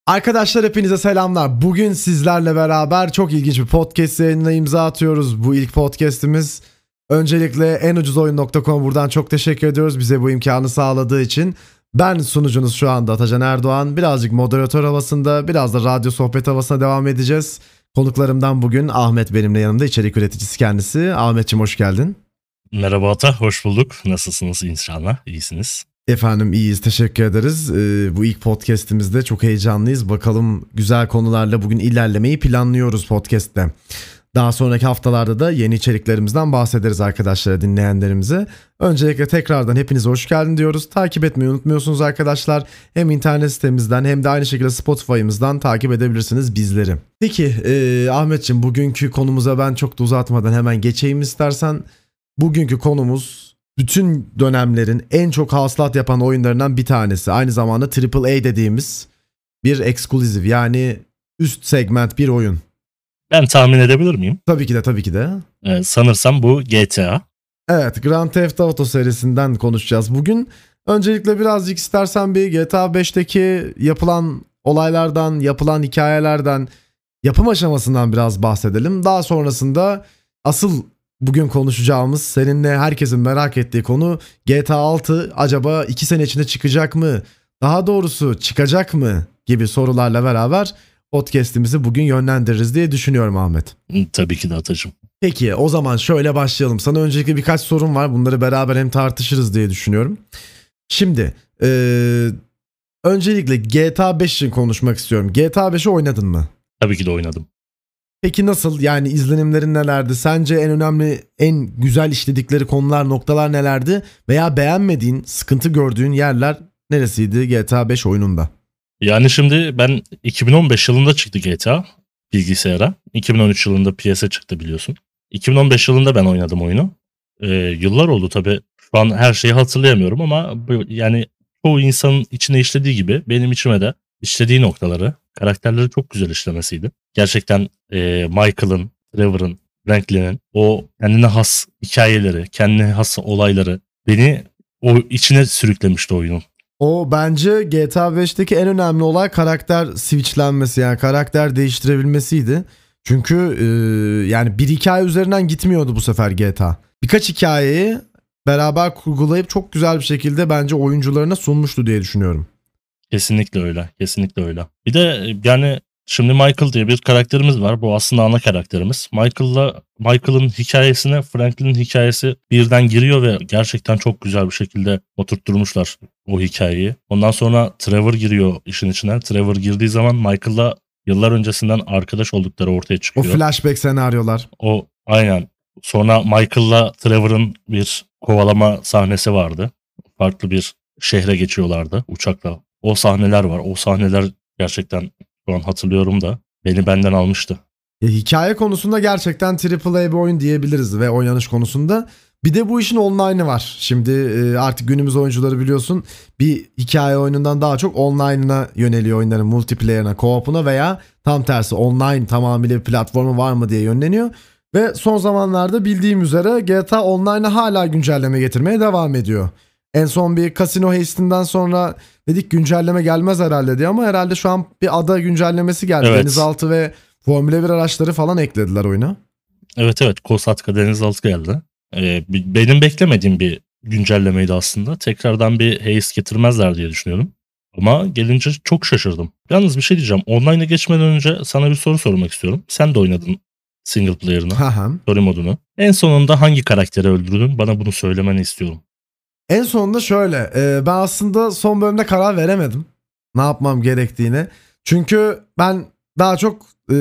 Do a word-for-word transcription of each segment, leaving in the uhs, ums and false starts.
Arkadaşlar hepinize selamlar. Bugün sizlerle beraber çok ilginç bir podcast yayınına imza atıyoruz. Bu ilk podcastimiz. Öncelikle en ucuz oyun nokta com buradan çok teşekkür ediyoruz bize bu imkanı sağladığı için. Ben sunucunuz şu anda Atacan Erdoğan. Birazcık moderatör havasında, biraz da radyo sohbet havasına devam edeceğiz. Konuklarımdan bugün Ahmet benimle yanımda, içerik üreticisi kendisi. Ahmetciğim hoş geldin. Merhaba Ata, hoş bulduk. Nasılsınız inşallah? İyisiniz. Efendim iyiyiz, teşekkür ederiz. Ee, bu ilk podcastimizde çok heyecanlıyız. Bakalım güzel konularla bugün ilerlemeyi planlıyoruz podcast'te. Daha sonraki haftalarda da yeni içeriklerimizden bahsederiz arkadaşlara, dinleyenlerimize. Öncelikle tekrardan hepinize hoş geldin diyoruz. Takip etmeyi unutmuyorsunuz arkadaşlar. Hem internet sitemizden hem de aynı şekilde Spotify'ımızdan takip edebilirsiniz bizleri. Peki e, Ahmetciğim, bugünkü konumuza ben çok da uzatmadan hemen geçeyim istersen. Bugünkü konumuz bütün dönemlerin en çok hasılat yapan oyunlarından bir tanesi. Aynı zamanda Triple A dediğimiz bir exclusive, yani üst segment bir oyun. Ben tahmin edebilir miyim? Tabii ki de tabii ki de. Ee, sanırsam bu G T A. Evet, Grand Theft Auto serisinden konuşacağız bugün. Öncelikle birazcık istersen bir G T A beşteki yapılan olaylardan, yapılan hikayelerden, yapım aşamasından biraz bahsedelim. Daha sonrasında asıl bugün konuşacağımız, seninle herkesin merak ettiği konu G T A altı acaba iki sene içinde çıkacak mı? Daha doğrusu çıkacak mı? Gibi sorularla beraber podcast'imizi bugün yönlendiririz diye düşünüyorum Ahmet. Tabii ki de Atacığım. Peki o zaman şöyle başlayalım. Sana öncelikle birkaç sorum var. Bunları beraber hem tartışırız diye düşünüyorum. Şimdi ee, öncelikle G T A beş için konuşmak istiyorum. G T A beşi oynadın mı? Tabii ki de oynadım. Peki nasıl? Yani izlenimlerin nelerdi? Sence en önemli, en güzel işledikleri konular, noktalar nelerdi? Veya beğenmediğin, sıkıntı gördüğün yerler neresiydi G T A beş oyununda? Yani şimdi ben iki bin on beş yılında çıktı G T A bilgisayara. iki bin on üç yılında P S'e çıktı biliyorsun. iki bin on beş yılında ben oynadım oyunu. Ee, yıllar oldu tabii. Şu an her şeyi hatırlayamıyorum ama bu, yani çoğu insanın içine işlediği gibi benim içime de işlediği noktaları, karakterleri çok güzel işlemesiydi. Gerçekten e, Michael'ın, Trevor'ın, Franklin'in o kendine has hikayeleri, kendine has olayları beni o içine sürüklemişti oyunun. O bence G T A beşteki en önemli olay karakter switchlenmesi, yani karakter değiştirebilmesiydi. Çünkü e, yani bir hikaye üzerinden gitmiyordu bu sefer G T A. Birkaç hikayeyi beraber kurgulayıp çok güzel bir şekilde bence oyuncularına sunmuştu diye düşünüyorum. Kesinlikle öyle, kesinlikle öyle. Bir de yani şimdi Michael diye bir karakterimiz var. Bu aslında ana karakterimiz. Michael'la Michael'ın hikayesine Franklin'in hikayesi birden giriyor ve gerçekten çok güzel bir şekilde oturtturmuşlar o hikayeyi. Ondan sonra Trevor giriyor işin içine. Trevor girdiği zaman Michael'la yıllar öncesinden arkadaş oldukları ortaya çıkıyor. O flashback senaryolar. O aynen. Sonra Michael'la Trevor'ın bir kovalama sahnesi vardı. Farklı bir şehre geçiyorlardı uçakla. O sahneler var. O sahneler gerçekten şu an hatırlıyorum da beni benden almıştı. Ya, hikaye konusunda gerçekten Triple A bir oyun diyebiliriz ve oynanış konusunda. Bir de bu işin online'ı var. Şimdi e, artık günümüz oyuncuları biliyorsun bir hikaye oyunundan daha çok online'ına yöneliyor oyunların, multiplayer'ına, co-op'una veya tam tersi online tamamıyla bir platformu var mı diye yönleniyor. Ve son zamanlarda bildiğim üzere G T A Online'a hala güncelleme getirmeye devam ediyor. En son bir Casino Heist'inden sonra dedik güncelleme gelmez herhalde diye, ama herhalde şu an bir ada güncellemesi geldi. Evet. Denizaltı ve Formula bir araçları falan eklediler oyuna. Evet evet, Kosatka Denizaltı geldi. Ee, benim beklemediğim bir güncellemeydi aslında. Tekrardan bir heist getirmezler diye düşünüyordum. Ama gelince çok şaşırdım. Yalnız bir şey diyeceğim. Online'a geçmeden önce sana bir soru sormak istiyorum. Sen de oynadın single player'ını, story modunu. En sonunda hangi karakteri öldürdün? Bana bunu söylemeni istiyorum. En sonunda şöyle, e, ben aslında son bölümde karar veremedim ne yapmam gerektiğine. Çünkü ben daha çok e,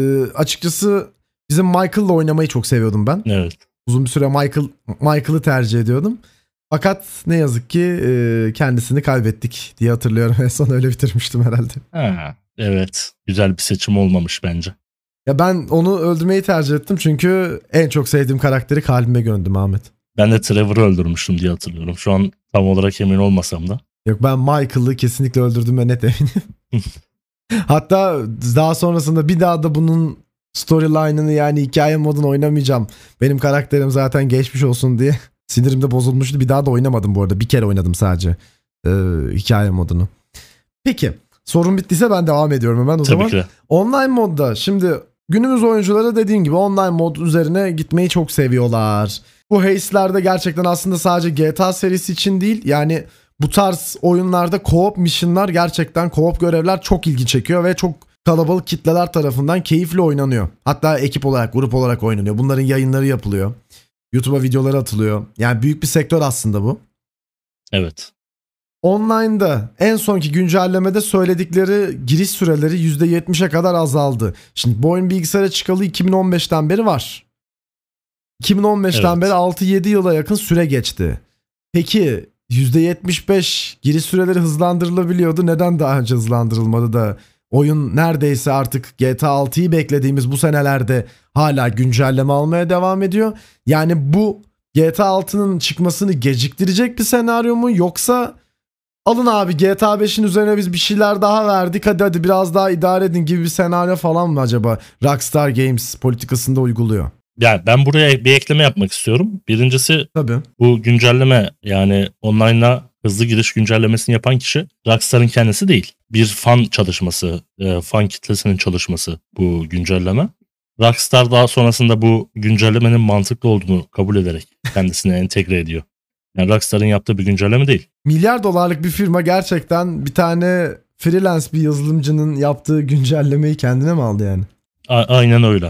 açıkçası bizim Michael'la oynamayı çok seviyordum ben. Evet. Uzun bir süre Michael Michael'ı tercih ediyordum. Fakat ne yazık ki e, kendisini kaybettik diye hatırlıyorum. En son öyle bitirmiştim herhalde. Ha, evet, güzel bir seçim olmamış bence. Ya ben onu öldürmeyi tercih ettim çünkü en çok sevdiğim karakteri kalbime gömdüm Ahmet. Ben de Trevor'ı öldürmüştüm diye hatırlıyorum. Şu an tam olarak emin olmasam da. Yok, ben Michael'ı kesinlikle öldürdüm ve net eminim. Hatta daha sonrasında bir daha da bunun storyline'ını, yani hikaye modunu oynamayacağım. Benim karakterim zaten geçmiş olsun diye sinirim de bozulmuştu. Bir daha da oynamadım bu arada. Bir kere oynadım sadece ee, hikaye modunu. Peki Sorun bittiyse ben devam ediyorum hemen o Tabii zaman. ki. Online modda şimdi günümüz oyuncuları dediğim gibi online mod üzerine gitmeyi çok seviyorlar. Bu haste'lerde gerçekten aslında sadece G T A serisi için değil, yani bu tarz oyunlarda co-op mission'lar, gerçekten co-op görevler çok ilgi çekiyor ve çok kalabalık kitleler tarafından keyifli oynanıyor. Hatta ekip olarak, grup olarak oynanıyor. Bunların yayınları yapılıyor. YouTube'a videoları atılıyor. Yani büyük bir sektör aslında bu. Evet. Online'da en sonki güncellemede söyledikleri giriş süreleri yüzde yetmişe kadar azaldı. Şimdi bu oyun bilgisayara çıkalı iki bin on beşten beri var. iki bin on beşten Evet. beri altı yedi yıla yakın süre geçti. Peki yüzde yetmiş beş giriş süreleri hızlandırılabiliyordu. Neden daha önce hızlandırılmadı da oyun neredeyse artık G T A altıyı beklediğimiz bu senelerde hala güncelleme almaya devam ediyor? Yani bu G T A altının çıkmasını geciktirecek bir senaryo mu, yoksa alın abi G T A beşin üzerine biz bir şeyler daha verdik, hadi hadi biraz daha idare edin gibi bir senaryo falan mı acaba Rockstar Games politikasında uyguluyor? Yani ben buraya bir ekleme yapmak istiyorum. Birincisi, Tabii. bu güncelleme, yani online'a hızlı giriş güncellemesini yapan kişi Rockstar'ın kendisi değil. Bir fan çalışması, e, fan kitlesinin çalışması bu güncelleme. Rockstar daha sonrasında bu güncellemenin mantıklı olduğunu kabul ederek kendisine entegre ediyor. Yani Rockstar'ın yaptığı bir güncelleme değil. Milyar dolarlık bir firma gerçekten bir tane freelance bir yazılımcının yaptığı güncellemeyi kendine mi aldı yani? A- aynen öyle.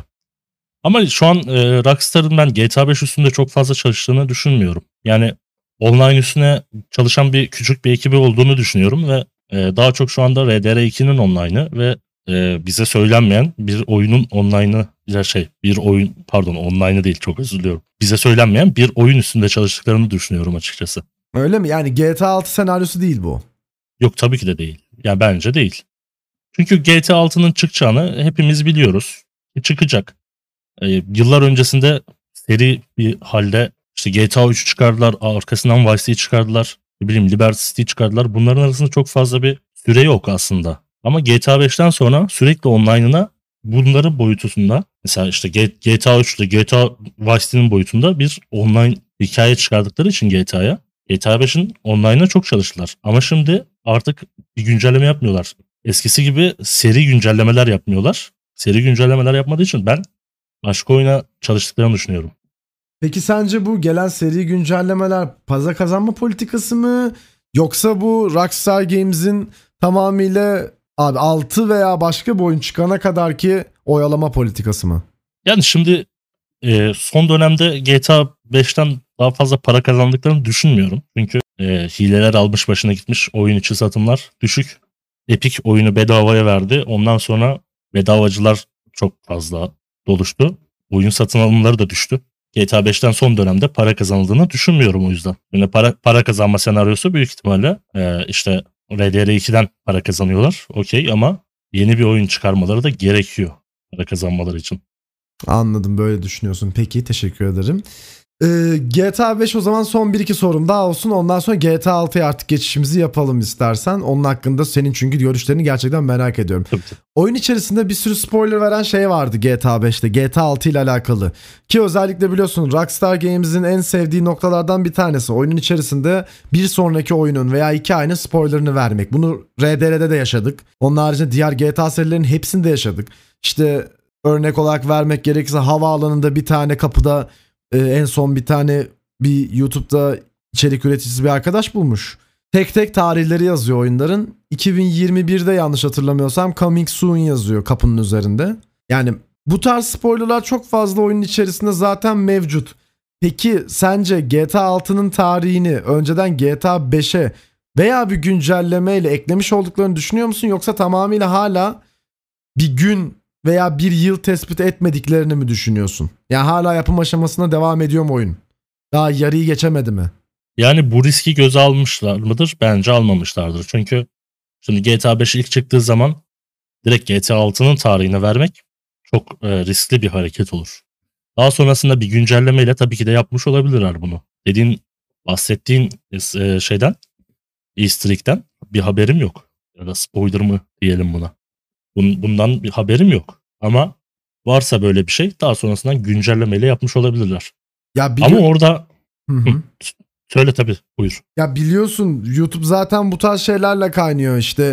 Ama şu an e, Rockstar'ın ben G T A beş üstünde çok fazla çalıştığını düşünmüyorum. Yani online üstüne çalışan bir küçük bir ekibi olduğunu düşünüyorum ve e, daha çok şu anda R D R ikinin online'ı ve e, bize söylenmeyen bir oyunun online'ı, ya şey bir oyun pardon online'ı değil, çok özür diliyorum. Bize söylenmeyen bir oyun üstünde çalıştıklarını düşünüyorum açıkçası. Öyle mi? Yani G T A altı senaryosu değil bu. Yok, tabii ki de değil. Yani bence değil. Çünkü G T A altının çıkacağını hepimiz biliyoruz. E, çıkacak. E, yıllar öncesinde seri bir halde işte G T A üçü çıkardılar, arkasından Vice City'yi çıkardılar, ne bileyim Liberty City'yi çıkardılar. Bunların arasında çok fazla bir süre yok aslında. Ama G T A beşten sonra sürekli online'ına bunların boyutunda, mesela işte G T A üçte G T A Vice City'nin boyutunda bir online hikaye çıkardıkları için G T A'ya, G T A beşin online'ına çok çalıştılar. Ama şimdi artık bir güncelleme yapmıyorlar. Eskisi gibi seri güncellemeler yapmıyorlar. Seri güncellemeler yapmadığı için ben başka oyuna çalıştıklarını düşünüyorum. Peki sence bu gelen seri güncellemeler paza kazanma politikası mı? Yoksa bu Rockstar Games'in tamamıyla abi altı veya başka bir oyun çıkana kadar ki oyalama politikası mı? Yani şimdi e, son dönemde G T A beşten daha fazla para kazandıklarını düşünmüyorum. Çünkü e, hileler almış başına gitmiş, oyun içi satımlar düşük. Epic oyunu bedavaya verdi. Ondan sonra bedavacılar çok fazla doluştu. Oyun satın alımları da düştü. G T A beşten son dönemde para kazanıldığını düşünmüyorum o yüzden. Yani para para kazanma senaryosu büyük ihtimalle e, işte R D R ikiden para kazanıyorlar. Okey, ama yeni bir oyun çıkarmaları da gerekiyor para kazanmaları için. Anladım, böyle düşünüyorsun. Peki, teşekkür ederim. Ee, G T A beş o zaman son bir iki sorum daha olsun. Ondan sonra G T A altıya artık geçişimizi yapalım istersen. Onun hakkında senin çünkü görüşlerini gerçekten merak ediyorum. Tabii ki. Oyun içerisinde bir sürü spoiler veren şey vardı G T A beşte. G T A altı ile alakalı. Ki özellikle biliyorsun Rockstar Games'in en sevdiği noktalardan bir tanesi oyunun içerisinde bir sonraki oyunun veya hikayenin spoilerını vermek. Bunu R D R'de de yaşadık. Onun haricinde diğer G T A serilerinin hepsinde yaşadık. İşte örnek olarak vermek gerekirse havaalanında bir tane kapıda Ee, en son bir tane bir YouTube'da içerik üreticisi bir arkadaş bulmuş. Tek tek tarihleri yazıyor oyunların. iki bin yirmi birde yanlış hatırlamıyorsam Coming Soon yazıyor kapının üzerinde. Yani bu tarz spoilerlar çok fazla oyunun içerisinde zaten mevcut. Peki sence G T A altının tarihini önceden G T A beşe veya bir güncellemeyle eklemiş olduklarını düşünüyor musun? Yoksa tamamıyla hala bir gün veya bir yıl tespit etmediklerini mi düşünüyorsun? Yani hala yapım aşamasına devam ediyor mu oyun? Daha yarıyı geçemedi mi? Yani bu riski göze almışlar mıdır? Bence almamışlardır. Çünkü şimdi G T A beş ilk çıktığı zaman direkt G T A altının tarihine vermek çok e, riskli bir hareket olur. Daha sonrasında bir güncellemeyle tabii ki de yapmış olabilirler bunu. Dediğin, bahsettiğin e, şeyden, Easter egg'ten bir haberim yok. Ya da spoiler mı diyelim buna. Bun, bundan bir haberim yok. Ama varsa böyle bir şey, daha sonrasında güncellemeyle yapmış olabilirler. Ya bili- Ama orada Hı hı. söyle tabii, buyur. Ya biliyorsun YouTube zaten bu tarz şeylerle kaynıyor işte.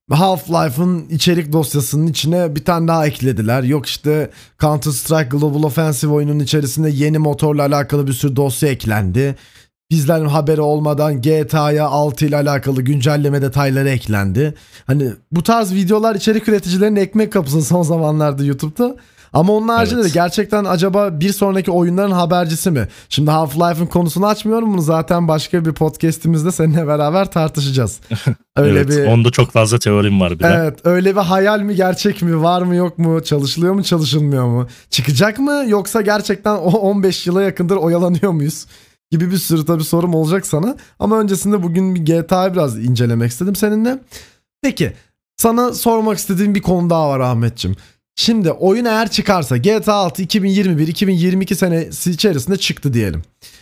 Half-Life'ın içerik dosyasının içine bir tane daha eklediler. Yok işte Counter Strike Global Offensive oyunun içerisinde yeni motorla alakalı bir sürü dosya eklendi. Bizlerin haberi olmadan G T A'ya altı ile alakalı güncelleme detayları eklendi. Hani bu tarz videolar içerik üreticilerinin ekmek kapısı son zamanlarda YouTube'da. Ama onun haricinde evet. de gerçekten acaba bir sonraki oyunların habercisi mi? Şimdi Half-Life'ın konusunu açmıyorum. Bunu zaten başka bir podcast'imizde seninle beraber tartışacağız. Öyle evet, bir onda çok fazla teorim var bir de. Evet, öyle bir hayal mi gerçek mi, var mı yok mu, çalışılıyor mu çalışılmıyor mu, çıkacak mı yoksa gerçekten o on beş yıla yakındır oyalanıyor muyuz gibi bir sürü tabii sorum olacak sana. Ama öncesinde bugün bir G T A'yı biraz incelemek istedim seninle. Peki sana sormak istediğim bir konu daha var Ahmetciğim. Şimdi oyun eğer çıkarsa G T A altı iki bin yirmi bir iki bin yirmi iki senesi içerisinde çıktı diyelim.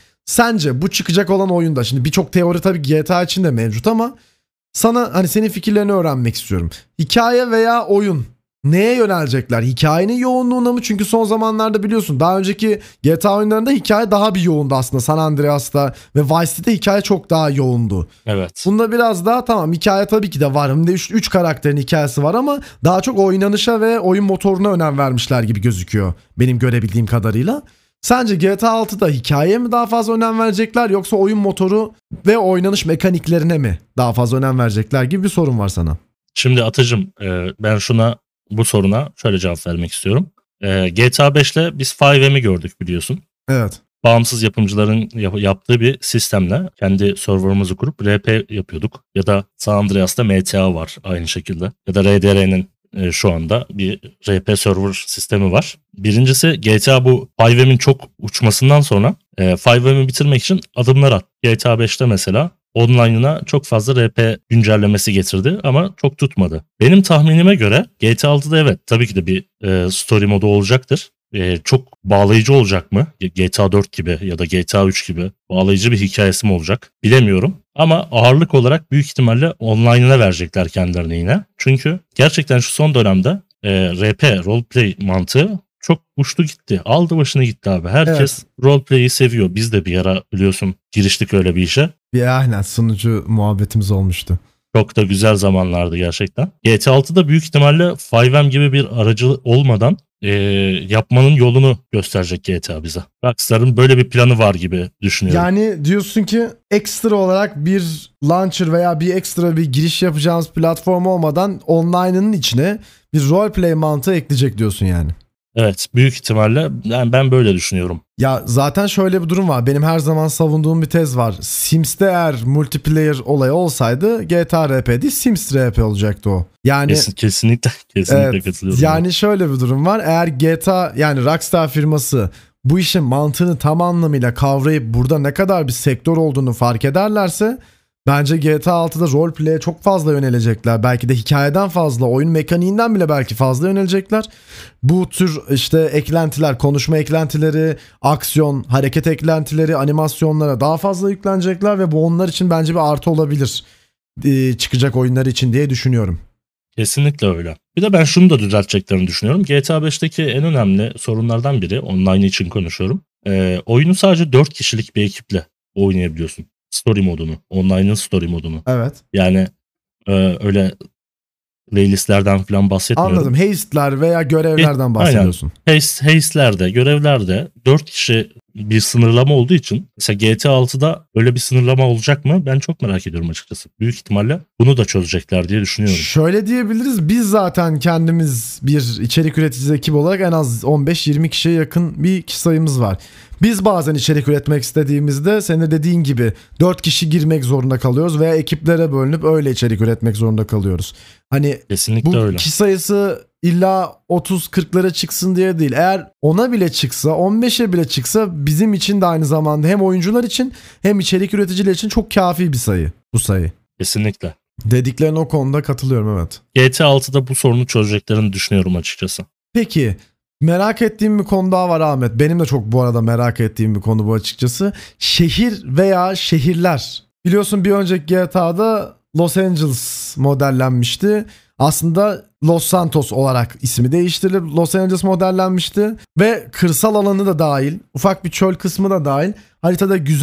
Sence bu çıkacak olan oyunda, şimdi birçok teori tabii G T A için de mevcut ama sana hani senin fikirlerini öğrenmek istiyorum. Hikaye veya oyun neye yönelecekler? Hikayenin yoğunluğuna mı? Çünkü son zamanlarda biliyorsun daha önceki G T A oyunlarında hikaye daha bir yoğundu aslında. San Andreas'ta ve Vice City'de hikaye çok daha yoğundu. Evet. Bunda biraz daha tamam, hikaye tabii ki de var. Hem de üç karakterin hikayesi var ama daha çok oynanışa ve oyun motoruna önem vermişler gibi gözüküyor benim görebildiğim kadarıyla. Sence G T A altıda hikayeye mi daha fazla önem verecekler yoksa oyun motoru ve oynanış mekaniklerine mi daha fazla önem verecekler gibi bir sorun var sana. Şimdi Atacığım ben şuna bu soruna şöyle cevap vermek istiyorum. G T A beşle biz five M'i gördük biliyorsun. Evet. Bağımsız yapımcıların yap- yaptığı bir sistemle kendi serverımızı kurup R P yapıyorduk. Ya da San Andreas'ta M T A var aynı şekilde. Ya da R D R'nin şu anda bir R P server sistemi var. Birincisi G T A bu five M'in çok uçmasından sonra five M'i bitirmek için adımlar attı. G T A beşte mesela online'ına çok fazla R P güncellemesi getirdi ama çok tutmadı. Benim tahminime göre G T A altıda evet tabii ki de bir e, story modu olacaktır. E, çok bağlayıcı olacak mı? G T A dört gibi ya da G T A üç gibi bağlayıcı bir hikayesi mi olacak? Bilemiyorum. Ama ağırlık olarak büyük ihtimalle online'ına verecekler kendilerine yine. Çünkü gerçekten şu son dönemde e, R P, roleplay mantığı çok uçtu gitti. Aldı başını gitti abi. Herkes evet. roleplay'i seviyor. Biz de bir ara biliyorsun giriştik öyle bir işe. Bir aynen sunucu muhabbetimiz olmuştu. Çok da güzel zamanlardı gerçekten. G T A altıda büyük ihtimalle five M gibi bir aracı olmadan e, yapmanın yolunu gösterecek G T A bize. Rockstar'ın böyle bir planı var gibi düşünüyorum. Yani diyorsun ki ekstra olarak bir launcher veya bir ekstra bir giriş yapacağımız platform olmadan online'ının içine bir roleplay mantığı ekleyecek diyorsun yani. Evet, büyük ihtimalle yani ben böyle düşünüyorum. Ya zaten şöyle bir durum var. Benim her zaman savunduğum bir tez var. Sims'te eğer multiplayer olayı olsaydı G T A R P değil Sims R P olacaktı o. Yani Kesin, kesinlikle kesinlikle evet, katılıyorum. Yani şöyle bir durum var. Eğer G T A yani Rockstar firması bu işin mantığını tam anlamıyla kavrayıp burada ne kadar bir sektör olduğunu fark ederlerse bence G T A altıda roleplay'e çok fazla yönelecekler. Belki de hikayeden fazla, oyun mekaniğinden bile belki fazla yönelecekler. Bu tür işte eklentiler, konuşma eklentileri, aksiyon, hareket eklentileri, animasyonlara daha fazla yüklenecekler ve bu onlar için bence bir artı olabilir. Ee, çıkacak oyunlar için diye düşünüyorum. Kesinlikle öyle. Bir de ben şunu da düzelteceklerini düşünüyorum. G T A beşteki en önemli sorunlardan biri, online için konuşuyorum. Ee, oyunu sadece dört kişilik bir ekiple oynayabiliyorsun. Story modunu. Online'ın story modunu. Evet. Yani e, öyle playlistlerden falan bahsetmiyorum. Anladım. Haste'ler veya görevlerden bahsediyorsun. Aynen. Haste, haste'lerde, görevlerde dört kişi bir sınırlama olduğu için mesela G T A altıda öyle bir sınırlama olacak mı? Ben çok merak ediyorum açıkçası. Büyük ihtimalle bunu da çözecekler diye düşünüyorum. Şöyle diyebiliriz. Biz zaten kendimiz bir içerik üreticisi ekip olarak en az on beş yirmi kişiye yakın bir kişi sayımız var. Biz bazen içerik üretmek istediğimizde senin dediğin gibi dört kişi girmek zorunda kalıyoruz veya ekiplere bölünüp öyle içerik üretmek zorunda kalıyoruz. Hani kesinlikle bu öyle. Kişi sayısı illa otuz kırklara çıksın diye değil. Eğer ona bile çıksa, on beşe bile çıksa bizim için de aynı zamanda hem oyuncular için hem içerik üreticiler için çok kafi bir sayı bu sayı. Kesinlikle. Dediklerine o konuda katılıyorum, evet. G T A altıda bu sorunu çözeceklerini düşünüyorum açıkçası. Peki merak ettiğim bir konu daha var Ahmet. Benim de çok bu arada merak ettiğim bir konu bu açıkçası. Şehir veya şehirler. Biliyorsun bir önceki G T A'da Los Angeles modellenmişti. Aslında Los Santos olarak ismi değiştirilip Los Angeles modellenmişti. Ve kırsal alanı da dahil, ufak bir çöl kısmı da dahil haritada güzel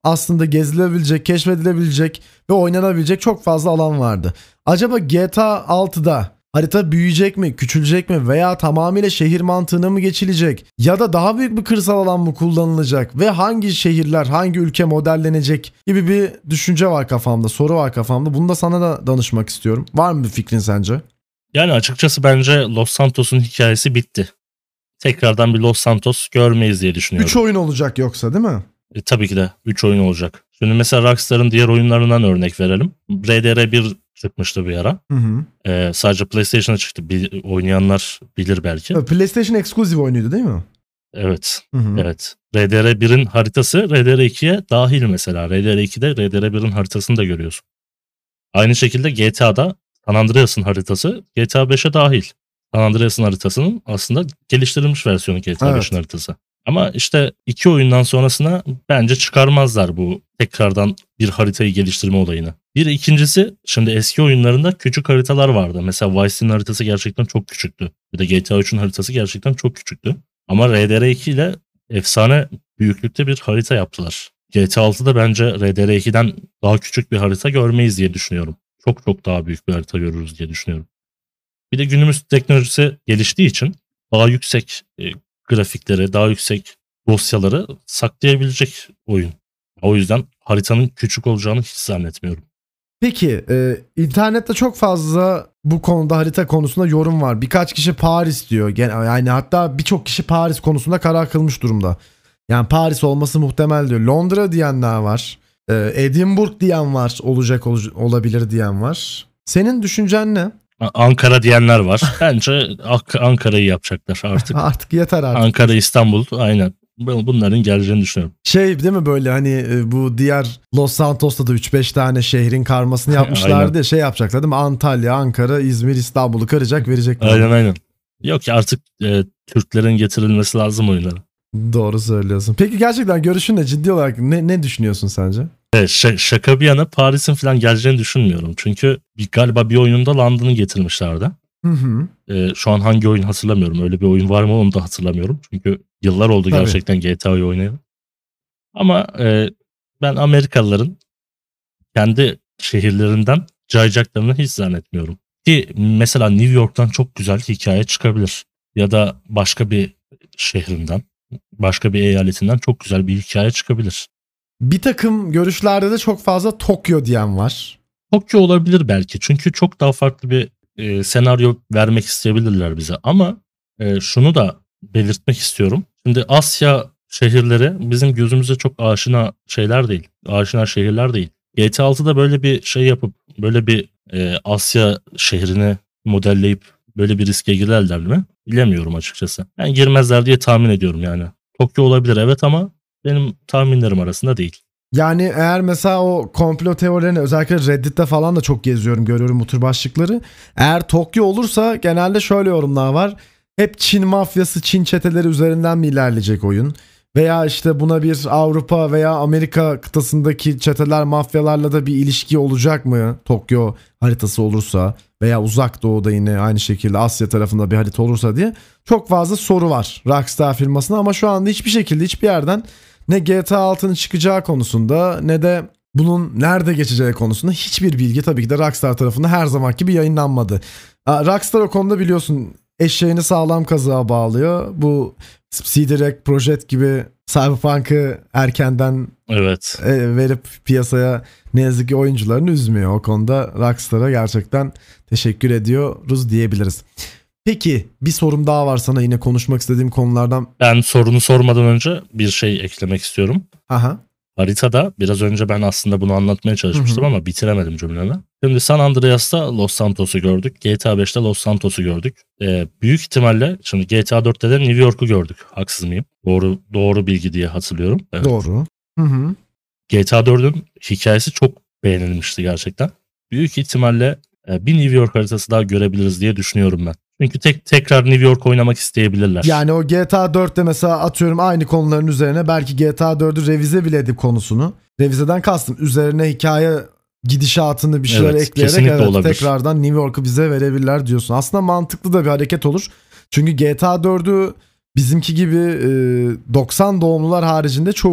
aslında gezilebilecek, keşfedilebilecek ve oynanabilecek çok fazla alan vardı. Acaba G T A altıda harita büyüyecek mi, küçülecek mi veya tamamıyla şehir mantığına mı geçilecek? Ya da daha büyük bir kırsal alan mı kullanılacak ve hangi şehirler, hangi ülke modellenecek gibi bir düşünce var kafamda, soru var kafamda. Bunu da sana da danışmak istiyorum. Var mı bir fikrin sence? Yani açıkçası bence Los Santos'un hikayesi bitti. Tekrardan bir Los Santos görmeyiz diye düşünüyorum. üç oyun olacak yoksa değil mi? E, tabii ki de üç oyun olacak. Şimdi mesela Rockstar'ın diğer oyunlarından örnek verelim. R D R bir çıkmıştı bir ara. Hı hı. Ee, sadece PlayStation'a çıktı. Bir, oynayanlar bilir belki. PlayStation Exclusive oyunuydu değil mi? Evet. Hı hı. Evet. R D R birin haritası R D R ikiye dahil mesela. R D R ikide R D R birin haritasını da görüyorsun. Aynı şekilde G T A'da San Andreas'ın haritası G T A beşe dahil. San Andreas'ın haritasının aslında geliştirilmiş versiyonu G T A Evet. beşin haritası. Ama işte iki oyundan sonrasına bence çıkarmazlar bu tekrardan bir haritayı geliştirme olayını. Bir ikincisi, şimdi eski oyunlarında küçük haritalar vardı. Mesela Vice City'nin haritası gerçekten çok küçüktü. Bir de G T A üçün haritası gerçekten çok küçüktü. Ama R D R iki ile efsane büyüklükte bir harita yaptılar. G T A altıda bence R D R ikiden daha küçük bir harita görmeyiz diye düşünüyorum. Çok çok daha büyük bir harita görürüz diye düşünüyorum. Bir de günümüz teknolojisi geliştiği için daha yüksek e, grafikleri, daha yüksek dosyaları saklayabilecek oyun. O yüzden haritanın küçük olacağını hiç zannetmiyorum. Peki e, internette çok fazla bu konuda, harita konusunda yorum var. Birkaç kişi Paris diyor. Yani hatta birçok kişi Paris konusunda karar kılmış durumda. Yani Paris olması muhtemel diyor. Londra diyenler var. E, Edinburgh diyen var. Olacak ol- olabilir diyen var. Senin düşüncen ne? Ankara diyenler var. Bence Ankara'yı yapacaklar artık. Artık yeter artık. Ankara, İstanbul, aynen. Bunların geleceğini düşünüyorum. Şey değil mi böyle hani bu diğer Los Santos'ta da üç beş tane şehrin karmasını yapmışlardı ya, şey yapacaklar değil mi? Antalya, Ankara, İzmir, İstanbul'u karacak, verecekler. Aynen aynen. Yok ya artık e, Türklerin getirilmesi lazım oyunlara. Doğru söylüyorsun. Peki gerçekten görüşün ne, ciddi olarak ne, ne düşünüyorsun sence? Evet, ş- şaka bir yana Paris'in falan geleceğini düşünmüyorum. Çünkü bir, galiba bir oyunda London'ı getirmişlerdi. Hı hı. E, şu an hangi oyun hatırlamıyorum. Öyle bir oyun var mı onu da hatırlamıyorum. Çünkü yıllar oldu Tabii. gerçekten G T A'yı oynayan. Ama e, ben Amerikalıların kendi şehirlerinden cayacaklarını hiç zannetmiyorum. Ki mesela New York'tan çok güzel hikaye çıkabilir. Ya da başka bir şehrinden, başka bir eyaletinden çok güzel bir hikaye çıkabilir. Bir takım görüşlerde de çok fazla Tokyo diyen var. Tokyo olabilir belki. Çünkü çok daha farklı bir e, senaryo vermek isteyebilirler bize. Ama e, şunu da belirtmek istiyorum. Şimdi Asya şehirleri bizim gözümüze çok aşina şeyler değil. Aşina şehirler değil. G T A altıda böyle bir şey yapıp böyle bir e, Asya şehrini modelleyip böyle bir riske girerler mi? Bilemiyorum açıkçası. Ben girmezler diye tahmin ediyorum yani. Tokyo olabilir evet ama benim tahminlerim arasında değil. Yani eğer mesela o komplo teorilerini özellikle Reddit'te falan da çok geziyorum, görüyorum bu tür başlıkları. Eğer Tokyo olursa genelde şöyle yorumlar var. Hep Çin mafyası, Çin çeteleri üzerinden mi ilerleyecek oyun? Veya işte buna bir Avrupa veya Amerika kıtasındaki çeteler, mafyalarla da bir ilişki olacak mı? Tokyo haritası olursa veya Uzak Doğu'da yine aynı şekilde Asya tarafında bir harita olursa diye çok fazla soru var Rockstar firmasına ama şu anda hiçbir şekilde hiçbir yerden ne G T A altının çıkacağı konusunda ne de bunun nerede geçeceği konusunda hiçbir bilgi tabii ki de Rockstar tarafında her zamanki gibi yayınlanmadı. Rockstar o konuda biliyorsun eşeğini sağlam kazığa bağlıyor. Bu C D Projekt Project gibi Cyberpunk'ı erkenden evet. verip piyasaya ne yazık ki oyuncularını üzmüyor. O konuda Rockstar'a gerçekten teşekkür ediyoruz diyebiliriz. Peki bir sorum daha var sana yine konuşmak istediğim konulardan. Ben sorunu sormadan önce bir şey eklemek istiyorum. Aha. Haritada biraz önce ben aslında bunu anlatmaya çalışmıştım hı hı. ama bitiremedim cümlemi. Şimdi San Andreas'ta Los Santos'u gördük. G T A beşte Los Santos'u gördük. Ee, büyük ihtimalle şimdi G T A dörtte de New York'u gördük. Haksız mıyım? Doğru doğru bilgi diye hatırlıyorum. Evet. Doğru. Hı hı. G T A dördün hikayesi çok beğenilmişti gerçekten. Büyük ihtimalle bir New York haritası daha görebiliriz diye düşünüyorum ben. Çünkü tek tekrar New York oynamak isteyebilirler. Yani o G T A dörtte mesela atıyorum aynı konuların üzerine belki G T A dördü revize bile edip konusunu. Revizeden kastım üzerine hikaye gidişatını bir şeyler evet, ekleyerek evet, tekrardan New York'u bize verebilirler diyorsun. Aslında mantıklı da bir hareket olur. Çünkü G T A dördü bizimki gibi doksan doğumlular haricinde çoğu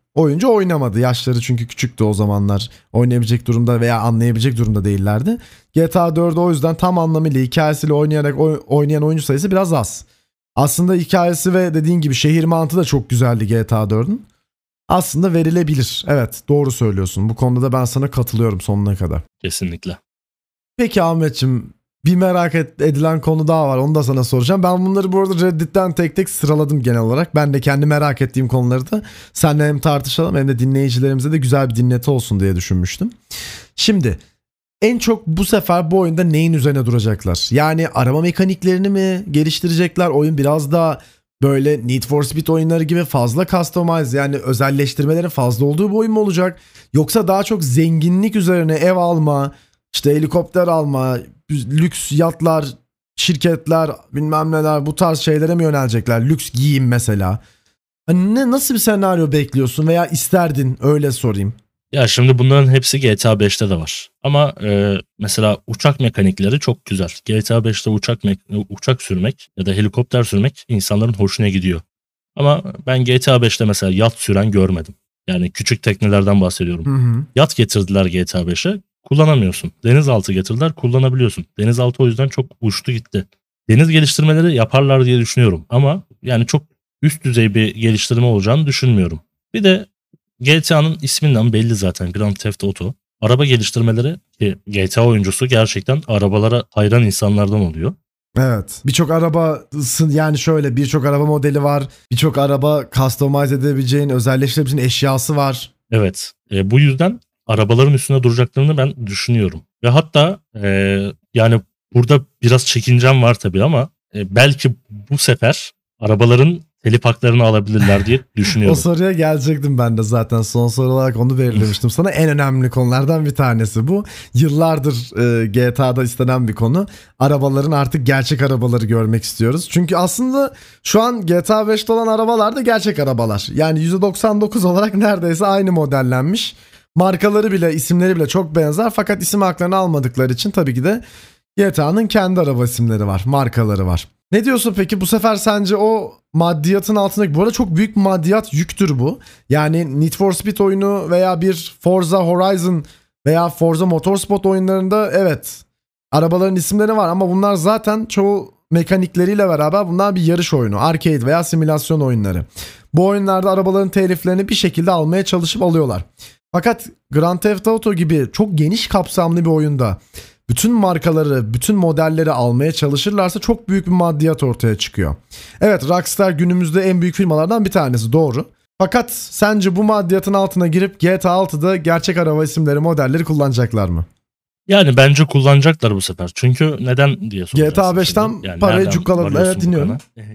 oyuncu oynamadı. Yaşları çünkü küçüktü o zamanlar. Oynayabilecek durumda veya anlayabilecek durumda değillerdi. G T A dördü o yüzden tam anlamıyla hikayesiyle oynayarak oynayan oyuncu sayısı biraz az. Aslında hikayesi ve dediğin gibi şehir mantığı da çok güzeldi G T A dördün. Aslında verilebilir. Evet, doğru söylüyorsun. Bu konuda da ben sana katılıyorum sonuna kadar. Kesinlikle. Peki Ahmetciğim, bir merak edilen konu daha var. Onu da sana soracağım. Ben bunları bu arada Reddit'ten tek tek sıraladım genel olarak. Ben de kendi merak ettiğim konuları da seninle hem tartışalım hem de dinleyicilerimize de güzel bir dinleti olsun diye düşünmüştüm. Şimdi en çok bu sefer bu oyunda neyin üzerine duracaklar? Yani araba mekaniklerini mi geliştirecekler? Oyun biraz daha böyle Need for Speed oyunları gibi fazla customize, yani özelleştirmelerin fazla olduğu bir oyun mu olacak? Yoksa daha çok zenginlik üzerine ev alma, işte helikopter alma, lüks yatlar, şirketler, bilmem neler, bu tarz şeylere mi yönelecekler? Lüks giyim mesela. Hani ne, nasıl bir senaryo bekliyorsun veya isterdin, öyle sorayım. Ya şimdi bunların hepsi G T A beşte de var. Ama e, mesela uçak mekanikleri çok güzel. G T A beşte uçak me- uçak sürmek ya da helikopter sürmek insanların hoşuna gidiyor. Ama ben G T A beşte mesela yat süren görmedim. Yani küçük teknelerden bahsediyorum. Hı hı. Yat getirdiler G T A beşe, kullanamıyorsun. Denizaltı getirdiler, kullanabiliyorsun. Denizaltı o yüzden çok uçtu gitti. Deniz geliştirmeleri yaparlar diye düşünüyorum. Ama yani çok üst düzey bir geliştirme olacağını düşünmüyorum. Bir de G T A'nın isminden belli zaten, Grand Theft Auto. Araba geliştirmeleri, ki G T A oyuncusu gerçekten arabalara hayran insanlardan oluyor. Evet. Birçok araba, yani şöyle birçok araba modeli var. Birçok araba customize edebileceğin, özelleştirebileceğin eşyası var. Evet. E, bu yüzden arabaların üstünde duracaklarını ben düşünüyorum. Ve hatta e, yani burada biraz çekincem var tabii ama e, belki bu sefer arabaların telif haklarını alabilirler diye düşünüyorum. O soruya gelecektim ben de zaten. Son soru olarak onu belirlemiştim sana. En önemli konulardan bir tanesi bu. Yıllardır e, G T A'da istenen bir konu. Arabaların artık gerçek arabaları görmek istiyoruz. Çünkü aslında şu an G T A beşte olan arabalar da gerçek arabalar. Yani yüzde doksan dokuz olarak neredeyse aynı modellenmiş. Markaları bile, isimleri bile çok benzer. Fakat isim haklarını almadıkları için tabii ki de G T A'nın kendi araba isimleri var, markaları var. Ne diyorsun peki, bu sefer sence o maddiyatın altındaki, bu arada çok büyük bir maddiyat yüktür bu. Yani Need for Speed oyunu veya bir Forza Horizon veya Forza Motorsport oyunlarında evet arabaların isimleri var ama bunlar zaten çoğu mekanikleriyle beraber bunlar bir yarış oyunu, arcade veya simülasyon oyunları. Bu oyunlarda arabaların teliflerini bir şekilde almaya çalışıp alıyorlar. Fakat Grand Theft Auto gibi çok geniş kapsamlı bir oyunda bütün markaları, bütün modelleri almaya çalışırlarsa çok büyük bir maddiyat ortaya çıkıyor. Evet, Rockstar günümüzde en büyük firmalardan bir tanesi, doğru. Fakat sence bu maddiyatın altına girip G T A altıda gerçek araba isimleri, modelleri kullanacaklar mı? Yani bence kullanacaklar bu sefer. Çünkü neden diye soracaksın. G T A beşten yani parayı cukkaladılar. Evet, dinliyorum.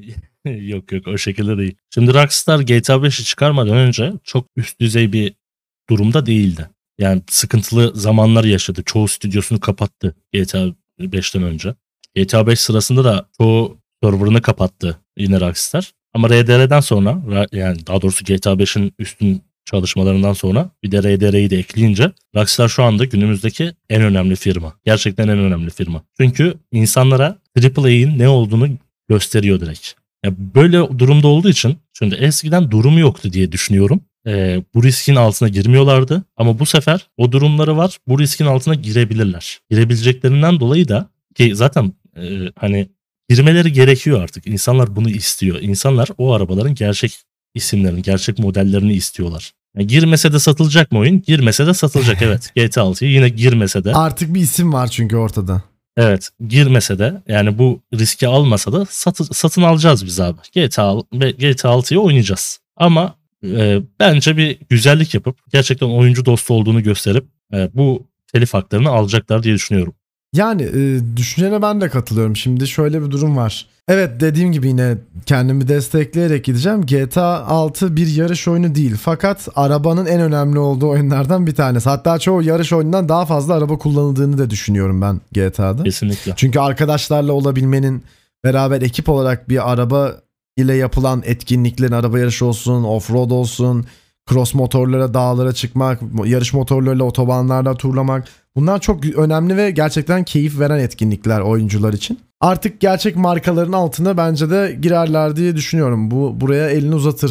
yok yok o şekilde değil. Şimdi Rockstar G T A beşi çıkarmadan önce çok üst düzey bir durumda değildi. Yani sıkıntılı zamanlar yaşadı. Çoğu stüdyosunu kapattı G T A beşten önce. G T A beş sırasında da çoğu serverını kapattı yine Rockstar. Ama R D R'den sonra, yani daha doğrusu G T A beşin üstün çalışmalarından sonra bir de R D R'yi de ekleyince Rockstar şu anda günümüzdeki en önemli firma. Gerçekten en önemli firma. Çünkü insanlara Triple A'in ne olduğunu gösteriyor direkt. Yani böyle durumda olduğu için, şimdi eskiden durumu yoktu diye düşünüyorum. Ee, bu riskin altına girmiyorlardı ama bu sefer o durumları var, bu riskin altına girebilirler. Girebileceklerinden dolayı da, ki zaten e, hani girmeleri gerekiyor artık. İnsanlar bunu istiyor. İnsanlar o arabaların gerçek isimlerini, gerçek modellerini istiyorlar. Yani girmese de satılacak mı oyun? Girmese de satılacak, evet. G T A altıya yine girmese de. Artık bir isim var çünkü ortada. Evet, girmese de, yani bu riski almasa da satın, satın alacağız biz abi. G T A ve G T A altıyı oynayacağız. Ama e, bence bir güzellik yapıp gerçekten oyuncu dostu olduğunu gösterip e, bu telif haklarını alacaklar diye düşünüyorum. Yani e, düşüncene ben de katılıyorum. Şimdi şöyle bir durum var. Evet, dediğim gibi yine kendimi destekleyerek gideceğim. G T A altı bir yarış oyunu değil. Fakat arabanın en önemli olduğu oyunlardan bir tanesi. Hatta çoğu yarış oyunundan daha fazla araba kullanıldığını da düşünüyorum ben G T A'da. Kesinlikle. Çünkü arkadaşlarla olabilmenin, beraber ekip olarak bir araba ile yapılan etkinliklerin, araba yarışı olsun, off-road olsun, cross motorlara, dağlara çıkmak, yarış motorlarıyla otobanlarda turlamak. Bunlar çok önemli ve gerçekten keyif veren etkinlikler oyuncular için. Artık gerçek markaların altına bence de girerler diye düşünüyorum. Bu buraya elini uzatır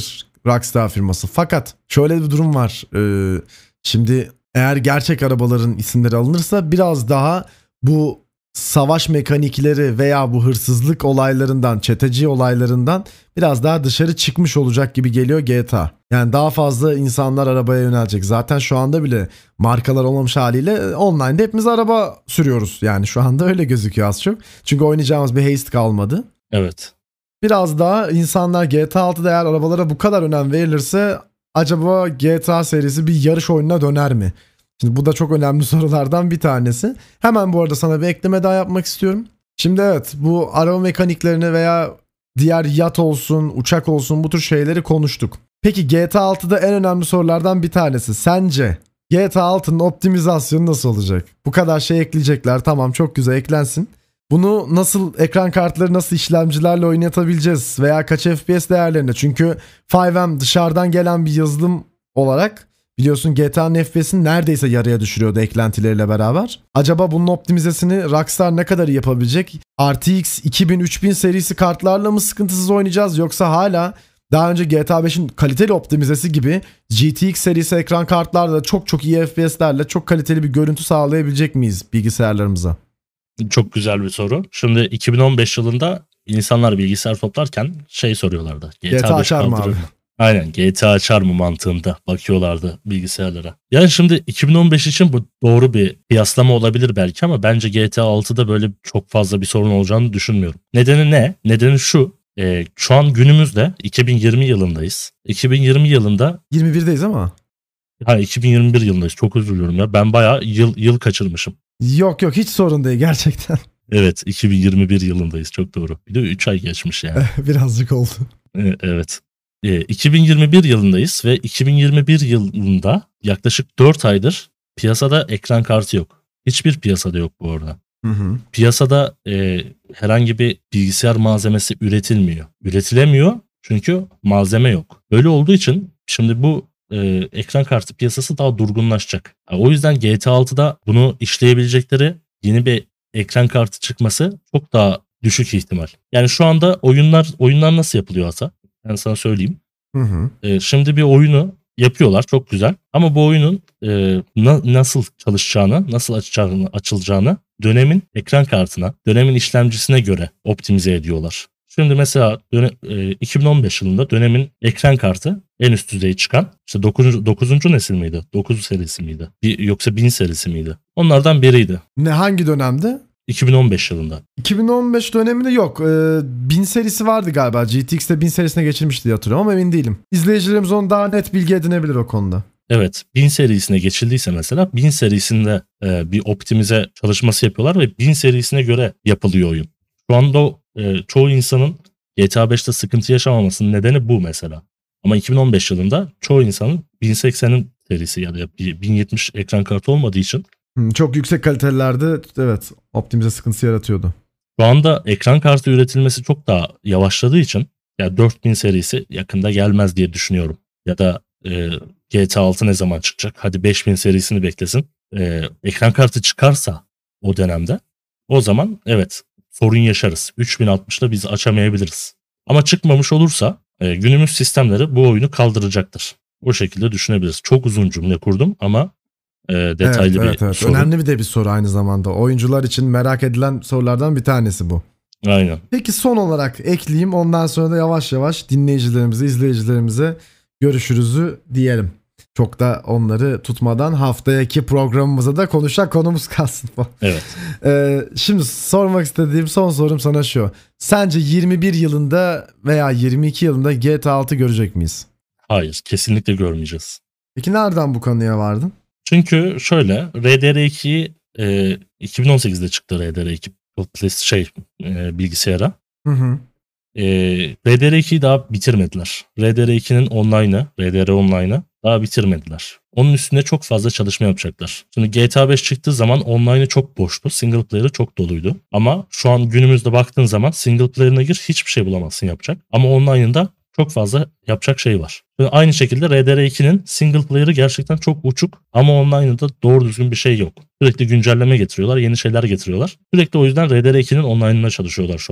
Rockstar firması. Fakat şöyle bir durum var. Ee, şimdi eğer gerçek arabaların isimleri alınırsa biraz daha bu savaş mekanikleri veya bu hırsızlık olaylarından, çeteci olaylarından biraz daha dışarı çıkmış olacak gibi geliyor G T A. Yani daha fazla insanlar arabaya yönelecek. Zaten şu anda bile markalar olmamış haliyle online'da hepimiz araba sürüyoruz. Yani şu anda öyle gözüküyor az çok. Çünkü oynayacağımız bir haste kalmadı. Evet. Biraz daha insanlar G T A altıda eğer arabalara bu kadar önem verilirse acaba G T A serisi bir yarış oyununa döner mi? Şimdi bu da çok önemli sorulardan bir tanesi. Hemen bu arada sana bir ekleme daha yapmak istiyorum. Şimdi evet, bu araba mekaniklerini veya diğer yat olsun, uçak olsun, bu tür şeyleri konuştuk. Peki G T A altıda en önemli sorulardan bir tanesi. Sence G T A altının optimizasyonu nasıl olacak? Bu kadar şey ekleyecekler. Tamam, çok güzel, eklensin. Bunu nasıl, ekran kartları nasıl işlemcilerle oynatabileceğiz veya kaç F P S değerlerinde? Çünkü five M dışarıdan gelen bir yazılım olarak biliyorsun G T A'nın F P S'ini neredeyse yarıya düşürüyordu eklentileriyle beraber. Acaba bunun optimizesini Rockstar ne kadar iyi yapabilecek? R T X iki bin üç bin serisi kartlarla mı sıkıntısız oynayacağız, yoksa hala daha önce G T A beşin kaliteli optimizesi gibi G T X serisi ekran kartlarla çok çok iyi F P S'lerle çok kaliteli bir görüntü sağlayabilecek miyiz bilgisayarlarımıza? Çok güzel bir soru. Şimdi iki bin on beş yılında insanlar bilgisayar toplarken şey soruyorlardı. G T A açar mı abi? Aynen, G T A açar mı mantığında bakıyorlardı bilgisayarlara. Yani şimdi iki bin on beş için bu doğru bir kıyaslama olabilir belki ama bence G T A altıda böyle çok fazla bir sorun olacağını düşünmüyorum. Nedeni ne? Nedeni şu. E, şu an günümüzde iki bin yirmi yılındayız. iki bin yirmi yılında... yirmi birdeyiz ama. Ha, iki bin yirmi bir yılındayız. Çok özür diliyorum ya. Ben bayağı yıl, yıl kaçırmışım. Yok yok, hiç sorun değil gerçekten. Evet, iki bin yirmi bir yılındayız. Çok doğru. Bir de üç ay geçmiş yani. Birazcık oldu. E, evet. E, iki bin yirmi bir yılındayız ve iki bin yirmi bir yılında yaklaşık dört aydır piyasada ekran kartı yok. Hiçbir piyasada yok bu arada. Hı hı. Piyasada e, herhangi bir bilgisayar malzemesi üretilmiyor. Üretilemiyor çünkü malzeme yok. Böyle olduğu için şimdi bu e, ekran kartı piyasası daha durgunlaşacak. O yüzden G T A altıda bunu işleyebilecekleri yeni bir ekran kartı çıkması çok daha düşük ihtimal. Yani şu anda oyunlar oyunlar nasıl yapılıyor Ata? Ben sana söyleyeyim. Hı hı. E, şimdi bir oyunu yapıyorlar, çok güzel. Ama bu oyunun e, na, nasıl çalışacağını, nasıl açacağını, açılacağını dönemin ekran kartına, dönemin işlemcisine göre optimize ediyorlar. Şimdi mesela döne, e, iki bin on beş yılında dönemin ekran kartı en üst düzey çıkan işte dokuzuncu. dokuzuncu nesil miydi? dokuz serisi miydi? Bir, yoksa bin serisi miydi? Onlardan biriydi. Ne, hangi dönemde? iki bin on beş yılında. iki bin on beş döneminde yok. Ee, bin serisi vardı galiba. G T X'te bin serisine geçilmişti diye hatırlıyorum ama emin değilim. İzleyicilerimiz onu daha net bilgi edinebilir o konuda. Evet, bin serisine geçildiyse mesela bin serisinde e, bir optimize çalışması yapıyorlar ve bin serisine göre yapılıyor oyun. Şu anda e, çoğu insanın G T A beşte sıkıntı yaşamamasının nedeni bu mesela. Ama iki bin on beş yılında çoğu insanın bin seksenin serisi ya da bin yetmiş ekran kartı olmadığı için Hmm, çok yüksek kalitelerde evet optimize sıkıntısı yaratıyordu. şu anda ekran kartı üretilmesi çok daha yavaşladığı için ya dört bin serisi yakında gelmez diye düşünüyorum. Ya da e, G T A altı ne zaman çıkacak? Hadi beş bin serisini beklesin. E, ekran kartı çıkarsa o dönemde o zaman evet sorun yaşarız. üç bin altmışla biz açamayabiliriz. Ama çıkmamış olursa e, günümüz sistemleri bu oyunu kaldıracaktır. O şekilde düşünebiliriz. Çok uzun cümle kurdum ama e, detaylı evet, bir evet, evet. soru. Önemli bir de bir soru aynı zamanda. Oyuncular için merak edilen sorulardan bir tanesi bu. Aynen. Peki son olarak ekleyeyim, ondan sonra da yavaş yavaş dinleyicilerimize, izleyicilerimize görüşürüzü diyelim. Çok da onları tutmadan haftaki programımıza da konuşacak konumuz kalsın. Evet. Ee, şimdi sormak istediğim son sorum sana şu. Sence yirmi bir yılında veya yirmi iki yılında G T A altı görecek miyiz? Hayır, kesinlikle görmeyeceğiz. Peki nereden bu konuya vardın? Çünkü şöyle R D R ikiyi e, iki bin on sekizde çıktı R D R iki şey e, bilgisayara. Hı hı. E, R D R ikiyi daha bitirmediler. R D R ikinin online'ı, R D R online'ı daha bitirmediler. Onun üstünde çok fazla çalışma yapacaklar. Şimdi G T A beş çıktığı zaman online'ı çok boştu. Single player'ı çok doluydu. Ama şu an günümüzde baktığın zaman single player'ına gir hiçbir şey bulamazsın yapacak. Ama online'ında çok fazla yapacak şey var. Şimdi aynı şekilde R D R ikinin single player'ı gerçekten çok uçuk ama online'ında doğru düzgün bir şey yok. Sürekli güncelleme getiriyorlar, yeni şeyler getiriyorlar. Sürekli o yüzden R D R ikinin online'ına çalışıyorlar şu anda.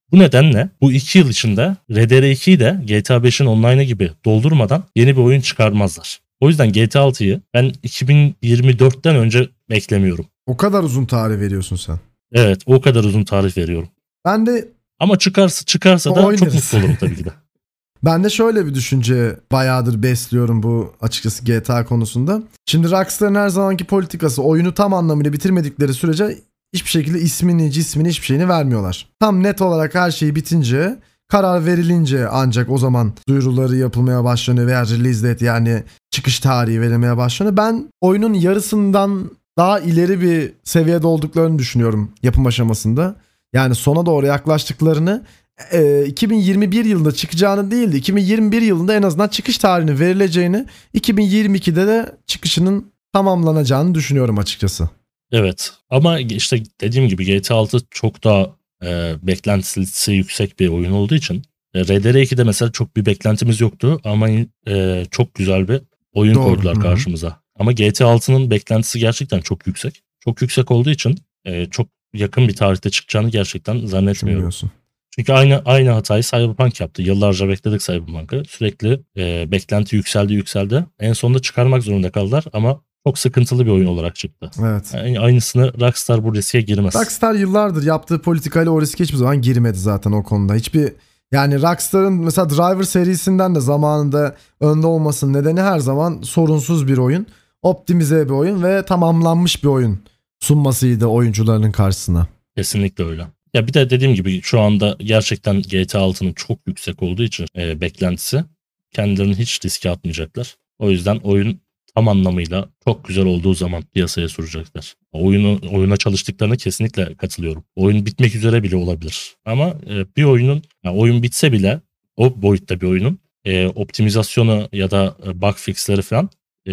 Bu nedenle bu iki yıl içinde R D R ikiyi de G T A beşin online'ı gibi doldurmadan yeni bir oyun çıkarmazlar. O yüzden G T A altıyı ben iki bin yirmi dörtten önce beklemiyorum. O kadar uzun tarih veriyorsun sen. Evet, o kadar uzun tarih veriyorum. Ben de Ama çıkarsa çıkarsa da oynarız. çok mutlu olurum tabii ki de. Ben de şöyle bir düşünce bayağıdır besliyorum bu açıkçası G T A konusunda. Şimdi Rockstar'ın her zamanki politikası, oyunu tam anlamıyla bitirmedikleri sürece hiçbir şekilde ismini, cismini, hiçbir şeyini vermiyorlar. Tam net olarak her şeyi bitince, karar verilince ancak o zaman duyuruları yapılmaya başlanıyor veya release date, yani çıkış tarihi verilmeye başlanıyor. Ben oyunun yarısından daha ileri bir seviyede olduklarını düşünüyorum yapım aşamasında. Yani sona doğru yaklaştıklarını, e, iki bin yirmi bir yılında çıkacağını değil de iki bin yirmi bir yılında en azından çıkış tarihini verileceğini, iki bin yirmi ikide de çıkışının tamamlanacağını düşünüyorum açıkçası. Evet, ama işte dediğim gibi G T A altı çok daha e, beklentisi yüksek bir oyun olduğu için e, R D R ikide mesela çok bir beklentimiz yoktu ama e, çok güzel bir oyun Doğru. koydular Hı-hı. karşımıza. Ama G T A altının beklentisi gerçekten çok yüksek. Çok yüksek olduğu için e, çok yakın bir tarihte çıkacağını gerçekten zannetmiyorum. Çünkü aynı aynı hatayı Cyberpunk yaptı. Yıllarca bekledik Cyberpunk'ı. Sürekli e, beklenti yükseldi yükseldi. En sonunda çıkarmak zorunda kaldılar ama çok sıkıntılı bir oyun olarak çıktı. Evet. Yani aynısını Rockstar bu riske girmez. Rockstar yıllardır yaptığı politikayla o riske hiçbir zaman girmedi zaten o konuda. Hiçbir, yani Rockstar'ın mesela Driver serisinden de zamanında önde olmasının nedeni her zaman sorunsuz bir oyun, optimize bir oyun ve tamamlanmış bir oyun sunmasıydı oyuncularının karşısına. Kesinlikle öyle. Ya bir de dediğim gibi şu anda gerçekten G T A altının çok yüksek olduğu için e, beklentisi, kendilerini hiç riske atmayacaklar. O yüzden oyun tam anlamıyla çok güzel olduğu zaman piyasaya sürecekler. Oyunu oyuna çalıştıklarına kesinlikle katılıyorum. Oyun bitmek üzere bile olabilir. Ama e, bir oyunun, yani oyun bitse bile o boyutta bir oyunun e, optimizasyonu ya da bug fixleri falan e,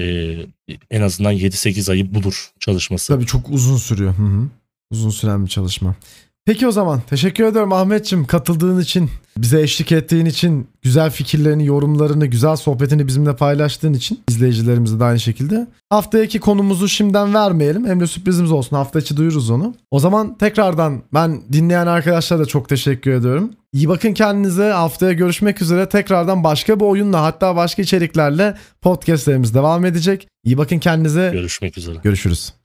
en azından yedi sekiz ayı bulur çalışması. Tabii çok uzun sürüyor. Hı hı. Uzun süren bir çalışma. Peki o zaman teşekkür ediyorum Ahmetciğim, katıldığın için, bize eşlik ettiğin için, güzel fikirlerini, yorumlarını, güzel sohbetini bizimle paylaştığın için, izleyicilerimize de aynı şekilde. Haftaki konumuzu şimdiden vermeyelim. Hem de sürprizimiz olsun. Hafta içi duyururuz onu. O zaman tekrardan ben dinleyen arkadaşlara da çok teşekkür ediyorum. İyi bakın kendinize. Haftaya görüşmek üzere. Tekrardan başka bir oyunla, hatta başka içeriklerle podcastlerimiz devam edecek. İyi bakın kendinize. Görüşmek üzere. Görüşürüz.